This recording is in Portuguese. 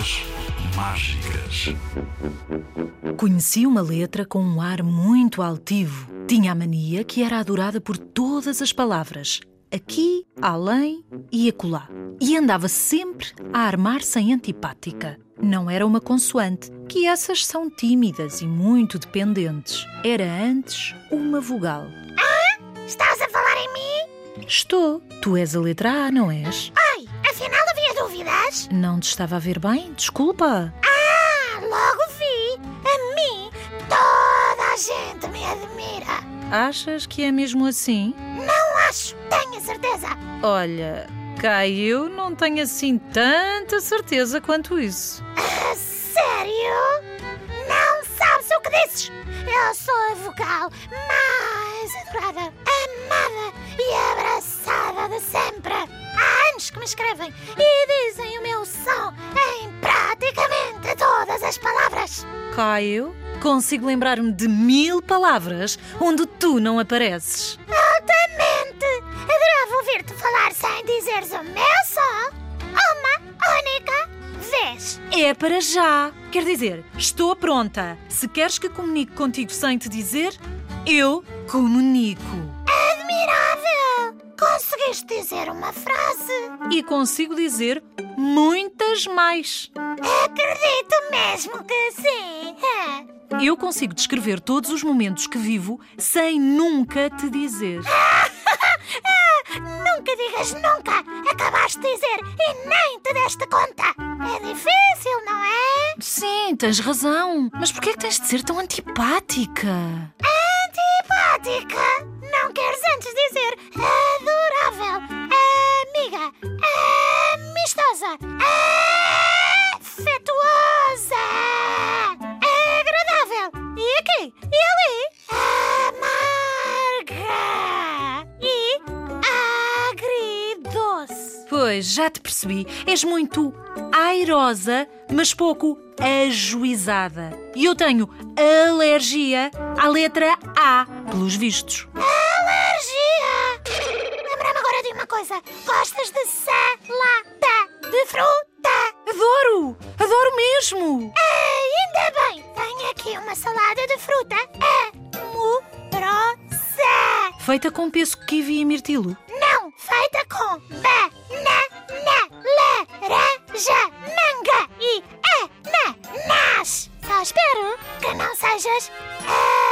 Palavras mágicas. Conheci uma letra com um ar muito altivo. Tinha a mania que era adorada por todas as palavras, aqui, além e acolá. E andava sempre a armar-se em antipática. Não era uma consoante, que essas são tímidas e muito dependentes. Era antes uma vogal. Estás a falar em mim? Estou. Tu és a letra A, não és? Ai, afinal havia dúvidas? Não te estava a ver bem? Desculpa. Logo vi. A mim, toda a gente me admira. Achas que é mesmo assim? Não acho, tenho a certeza. Olha, cá eu não tenho assim tanta certeza quanto isso. A sério? Não sabes o que dizes? Eu sou a vogal mais adorada, amada e abraçada de sempre. Há anos que me escrevem e dizem o meu som em praticamente todas as palavras. Cá eu consigo lembrar-me de 1000 palavras onde tu não apareces. Altamente! Adorava ouvir-te falar sem dizeres o meu som uma única vez. É para já. Quer dizer, estou pronta. Se queres que comunique contigo sem te dizer, eu comunico. Admirável! Conseguiste dizer uma frase? E consigo dizer muitas mais. Acredito mesmo que sim. Eu consigo descrever todos os momentos que vivo sem nunca te dizer. Nunca digas nunca. Acabaste de dizer e nem te deste conta. É difícil, não é? Sim, tens razão. Mas porquê é que tens de ser tão antipática? Antipática? Não queres antes dizer adorável, amiga, amistosa, afetuosa, agradável e aqui e ali amarga e agridoce. Pois, já te percebi. És muito airosa, mas pouco ajuizada. E eu tenho alergia à letra A, pelos vistos. Alergia! Lembra-me agora de uma coisa. Gostas de salada de fruta? Adoro! Adoro mesmo! Ainda bem! Tenho aqui uma salada de fruta amorosa. Feita com peso kiwi e mirtilo. Não, feita com banana, laranja, manga e ananás. Só espero que não sejas